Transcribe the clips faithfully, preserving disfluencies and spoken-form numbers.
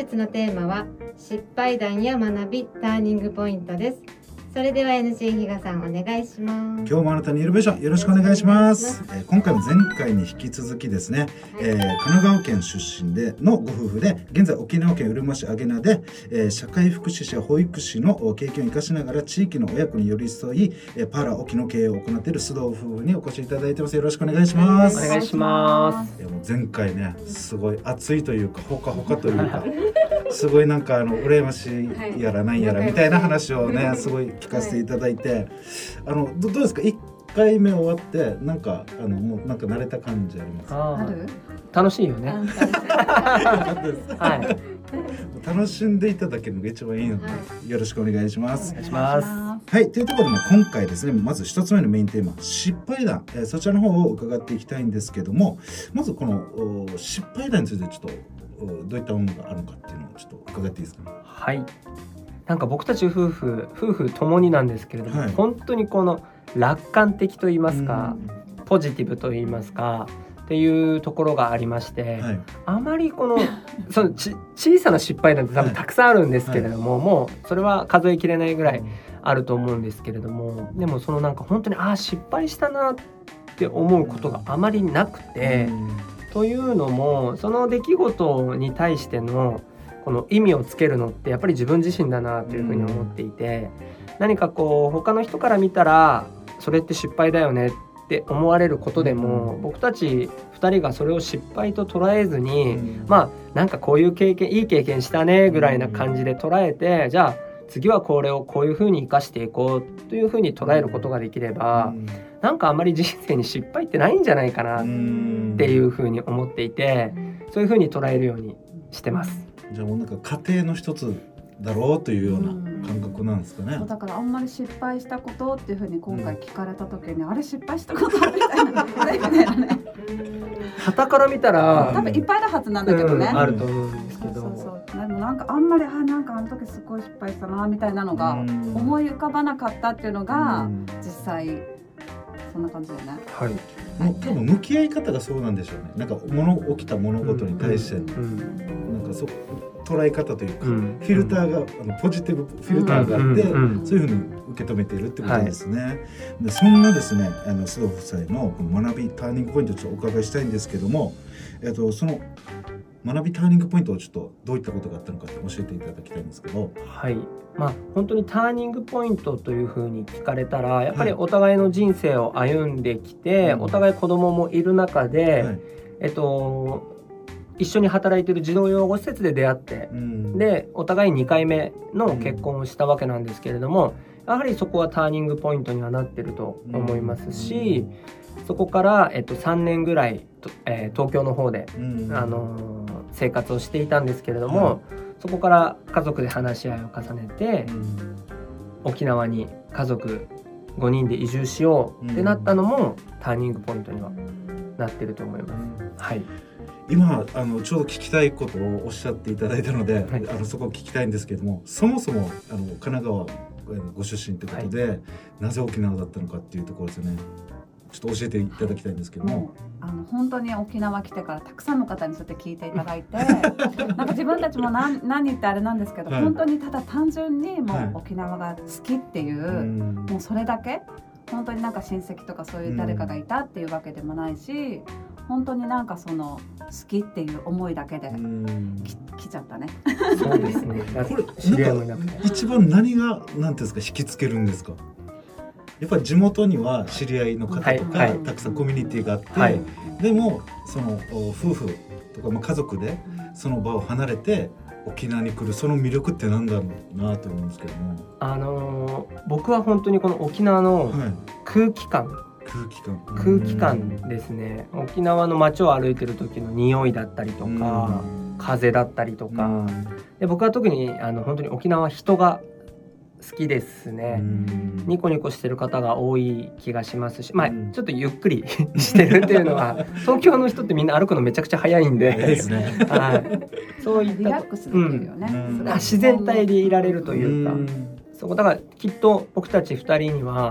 日のテーマは失敗談や学びターニングポイントです。それでは エヌシー 比嘉さんお願いします。 今日もあなたにイノベーションよろしくお願いします。えー、今回も前回に引き続きですね、はい、えー、神奈川県出身でのご夫婦で現在沖縄県うるま市上名で、えー、社会福祉士や保育士の経験を生かしながら地域の親子に寄り添い、えー、パーラ沖の経営を行っている須藤夫婦にお越しいただいてます。よろしくお願いします。 お願いします。 えー、もう前回ねすごい熱いというかほかほかというかすごいなんかあの羨ましいやらなんやらみたいな話をねすごい聞かせていただいて、はい、あの ど, どうですかいっかいめ終わってなんかあのもうなんか慣れた感じありますか？ ある？楽しいよね。はい、 楽しんでいただけるのが一番いいので、はい、よろしくお願いします。 お願いします。 はい、というところで今回ですねまず一つ目のメインテーマ失敗談、えー、そちらの方を伺っていきたいんですけども、まずこの失敗談についてちょっとどういったものがあるのかっていうのをちょっと伺っていいですかね？ はい、なんか僕たち夫婦夫婦ともになんですけれども、はい、本当にこの楽観的と言いますかポジティブと言いますかっていうところがありまして、はい、あまりこのそのち小さな失敗なんて多分たくさんあるんですけれども、はい、もうそれは数えきれないぐらいあると思うんですけれども、でもそのなんか本当にああ失敗したなって思うことがあまりなくて、というのもその出来事に対してのこの意味をつけるのってやっぱり自分自身だなというふうに思っていて、何かこう他の人から見たらそれって失敗だよねって思われることでも、僕たちふたりがそれを失敗と捉えずに、まあなんかこういう経験いい経験したねぐらいな感じで捉えて、じゃあ次はこれをこういうふうに生かしていこうというふうに捉えることができれば、なんかあまり人生に失敗ってないんじゃないかなっていうふうに思っていて、そういうふうに捉えるようにしてます。 じゃあもうなんか家庭の一つだろうというような感覚なんですかね。 そうだからあんまり失敗したことっていうふうに今回聞かれた時に、うん、あれ失敗したことみたいなみたいなね。 傍から見たら多分いっぱいあるはずなんだけどね、 うん、あると思うんですけど、 そうそうそう、でもなんかあんまりあなんかあの時すごい失敗したなみたいなのが思い浮かばなかったっていうのが実際そんな感じだよね。 はい。 もう多分向き合い方がそうなんでしょうね。なんか物起きた物事に対して、うんうん、なんかそう捉え方というか、うん、フィルターがあのポジティブフィルターがあって、うんうん、そういうふうに受け止めているってことですね。はい、でそんなですねあの須藤夫妻の学びターニングポイントをちょっとお伺いしたいんですけども、えっとその学びターニングポイントをちょっとどういったことがあったのかって教えていただきたいんですけど。 はい。まあ、本当にターニングポイントというふうに聞かれたらやっぱりお互いの人生を歩んできて、はい、お互い子供もいる中で、はい、えっと、一緒に働いている児童養護施設で出会って、うん、でお互いにかいめの結婚をしたわけなんですけれども、やはりそこはターニングポイントにはなっていると思いますし、うん、そこから、えっと、さんねんぐらい、えー、東京の方で、うん、あのー、生活をしていたんですけれども、はい、そこから家族で話し合いを重ねて、うん、沖縄に家族ごにんで移住しようってなったのも、うん、ターニングポイントにはなってると思います。うん、はい。 今あのちょうど聞きたいことをおっしゃっていただいたので、はい、あのそこを聞きたいんですけれども、そもそもあの神奈川ご出身ということで、はい、なぜ沖縄だったのかっていうところですよね。ちょっと教えていただきたいんですけども、 もうあの本当に沖縄来てからたくさんの方にそうやって聞いていただいてなんか自分たちも 何, 何ってあれなんですけど、はい、本当にただ単純にもう沖縄が好きっていう、はい、もうそれだけ、本当になんか親戚とかそういう誰かがいたっていうわけでもないし、本当になんかその好きっていう思いだけでき来ちゃったね。 そうですね。 これなんか一番何がなんていうんですか引きつけるんですか？やっぱり地元には知り合いの方とか、はいはい、たくさんコミュニティがあって、はい、でもその夫婦とか、まあ、家族でその場を離れて沖縄に来るその魅力ってなんだろうなと思うんですけども、 あのー、僕は本当にこの沖縄の空気感、はい、 空気感空気感ですね。沖縄の街を歩いてる時の匂いだったりとか風だったりとかで、僕は特にあの本当に沖縄人が好きですね。ニコニコしてる方が多い気がしますし、まあちょっとゆっくりしてるっていうのは東京の人ってみんな歩くのめちゃくちゃ早いんで、 ですね。 はい。そういったリラックスできるよね。 うん、自然体でいられるというか、そこだからきっと僕たちふたりには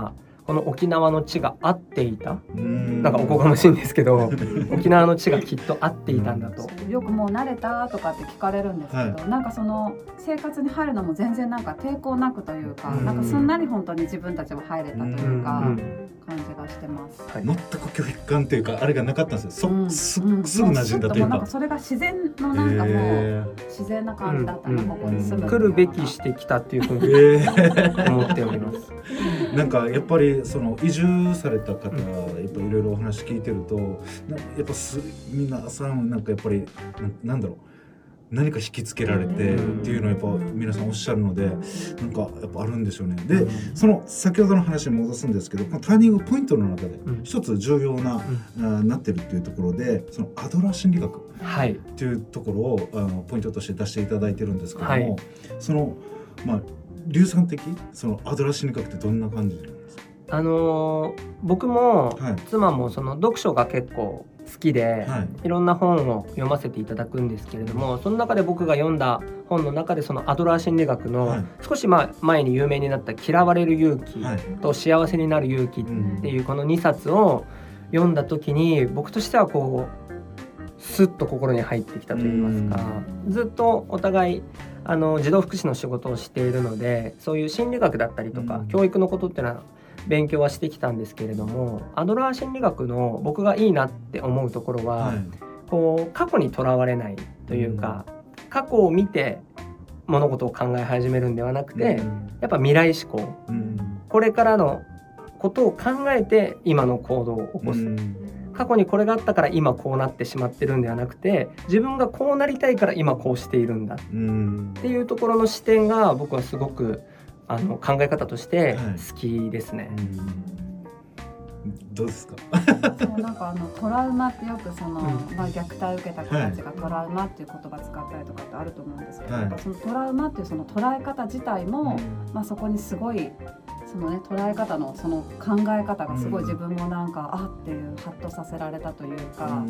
この沖縄の地が合っていた、 うんなんかおこがましいんですけど沖縄の地がきっと合っていたんだと。 よくもう慣れたとかって聞かれるんですけど、はい、なんかその生活に入るのも全然なんか抵抗なくというか、うん、なんかすんなり本当に自分たちも入れたというか、うん、感じがしてます、 はい、全く拒否感というかあれがなかったんですよ、うん、す, すぐ馴染んだというか、 なんかそれが自然のなんかもう自然な感じだったな、ここに住む来るべきしてきたっていうふうに思っております。 なんかやっぱりその移住された方、やっぱいろいろお話聞いてると、やっぱす皆さんなんかやっぱり な, なんだろう何か引きつけられてっていうのをやっぱ皆さんおっしゃるので、なんかやっぱあるんでしょうね。で、その先ほどの話に戻すんですけど、このターニングポイントの中で一つ重要な、うん、なってるっていうところで、そのアドラー心理学っていうところをあのポイントとして出していただいてるんですけども、はい、そのまあ硫酸的そのアドラー心理学ってどんな感じなんですか？ あのー、僕も、はい、妻もその読書が結構好きで、はい、いろんな本を読ませていただくんですけれども、その中で僕が読んだ本の中でそのアドラー心理学の少し前に有名になった嫌われる勇気と幸せになる勇気っていうこのにさつを読んだ時に、僕としてはこうスッと心に入ってきたといいますか、ずっとお互いあの児童福祉の仕事をしているので、そういう心理学だったりとか教育のことっていうのは勉強はしてきたんですけれども、アドラー心理学の僕がいいなって思うところは、はい、こう過去にとらわれないというか、うん、過去を見て物事を考え始めるんではなくて、うん、やっぱ未来思考、うん、これからのことを考えて今の行動を起こす、うん、過去にこれがあったから今こうなってしまってるんではなくて、自分がこうなりたいから今こうしているんだっていうところの視点が僕はすごくあの考え方として好きですね、はい、 うん、どうですか？ そうなんかあのトラウマってよくその、うん、まあ、虐待を受けた子たちがトラウマっていう言葉使ったりとかってあると思うんですけど、はい、そのトラウマっていうその捉え方自体も、うん、まあ、そこにすごいそのね、捉え方のその考え方がすごい自分もなんか、うん、あっていうハッとさせられたというか、うん、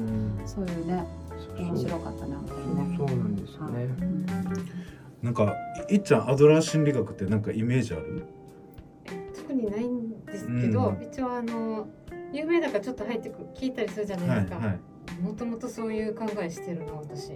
そういうね面白かったなみたいなね。 そうなんですよね、うん、 なんかいっちゃんアドラー心理学ってなんかイメージある？ 特にないんですけど、うん、一応あの有名だからちょっと入ってく聞いたりするじゃないですか、はいはい、もともとそういう考えしてるの私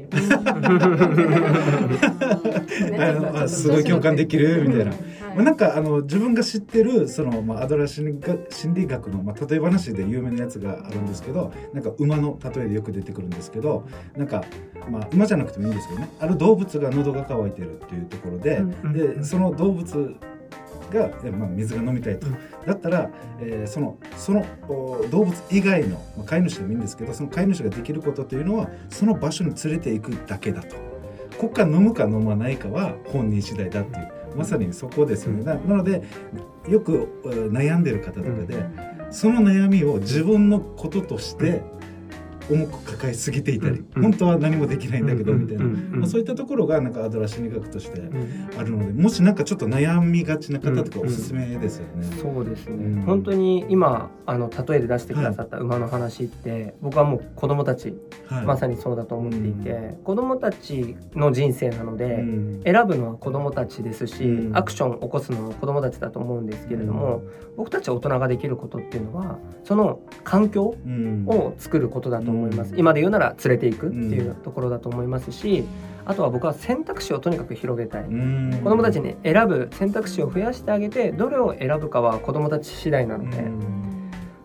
あすごい共感できるみたいな、はい、まあ、なんかあの自分が知ってるその、まあ、アドラー心理学、心理学の、まあ、例え話で有名なやつがあるんですけど、なんか馬の例えでよく出てくるんですけど、なんか、まあ、馬じゃなくてもいいんですけどね、ある動物が喉が渇いてるっていうところで、うん、でその動物が、まあ、水が飲みたいと、だったら、えー、その、その動物以外の、まあ、飼い主でもいいんですけど、その飼い主ができることというのはその場所に連れていくだけだと、ここから飲むか飲まないかは本人次第だっていう、まさにそこですよね。なのでよく悩んでる方とかで、その悩みを自分のこととして重く抱えすぎていたり、うん、本当は何もできないんだけどみたいな、まあ、そういったところがなんかアドラー心理学としてあるので、もしなんかちょっと悩みがちな方とかおすすめですよね、 うんうん、そうですね、うん、本当に今あの例えで出してくださった馬の話って、はい、僕はもう子供たち、はい、まさにそうだと思っていて、うん、子供たちの人生なので、うん、選ぶのは子供たちですし、うん、アクションを起こすのは子供たちだと思うんですけれども、うん、僕たち大人ができることっていうのはその環境を作ることだと思います、うん、今で言うなら連れていくっていうところだと思いますし、あとは僕は選択肢をとにかく広げたい、うん、子どもたちに選ぶ選択肢を増やしてあげて、どれを選ぶかは子どもたち次第なので、うん、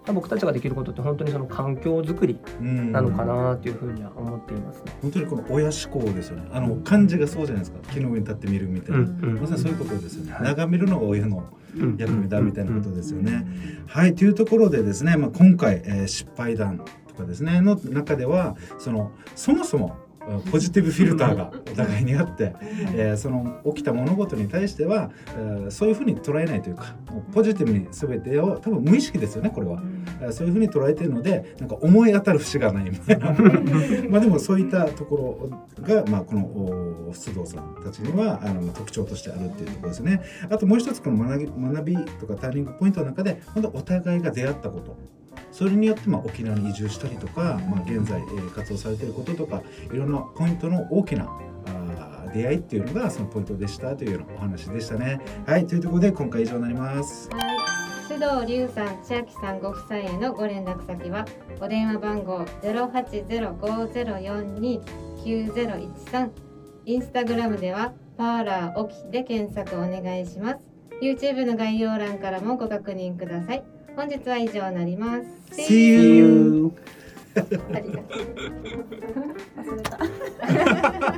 僕たちができることって本当にその環境づくりなのかなというふうには思っていますね。 本当にこの親思考ですよね。あの漢字がそうじゃないですか、木の上に立ってみるみたいな、うんうん、まさにそういうことですよね、はい、眺めるのが親の役目だみたいなことですよね、うんうん、はいというところでですね、まあ、今回、えー、失敗談とかですねの中ではそのそもそもポジティブフィルターがお互いにあって、えー、その起きた物事に対しては、えー、そういうふうに捉えないというか、ポジティブに全てを多分無意識ですよねこれは、うん、そういうふうに捉えているので、なんか思い当たる節がないみたいなまあでもそういったところが、まあ、この須藤さんたちにはあの特徴としてあるっていうところですね。あともう一つこの学び、学びとかターニングポイントの中で本当お互いが出会ったこと、それによってまあ沖縄に移住したりとか、まあ、現在、えー、活動されていることとか、いろんなポイントの大きなあ出会いっていうのがそのポイントでしたというようなお話でしたね。はい、というところで今回以上になります。 はい、須須藤龍さん、千秋さんご夫妻へのご連絡先はお電話番号 ゼロはちゼロ ごゼロよんに きゅうゼロいちさん、インスタグラムではパーラーオキで検索お願いします。 YouTube の概要欄からもご確認ください。本日は以上になります。 See you ありがとう忘れた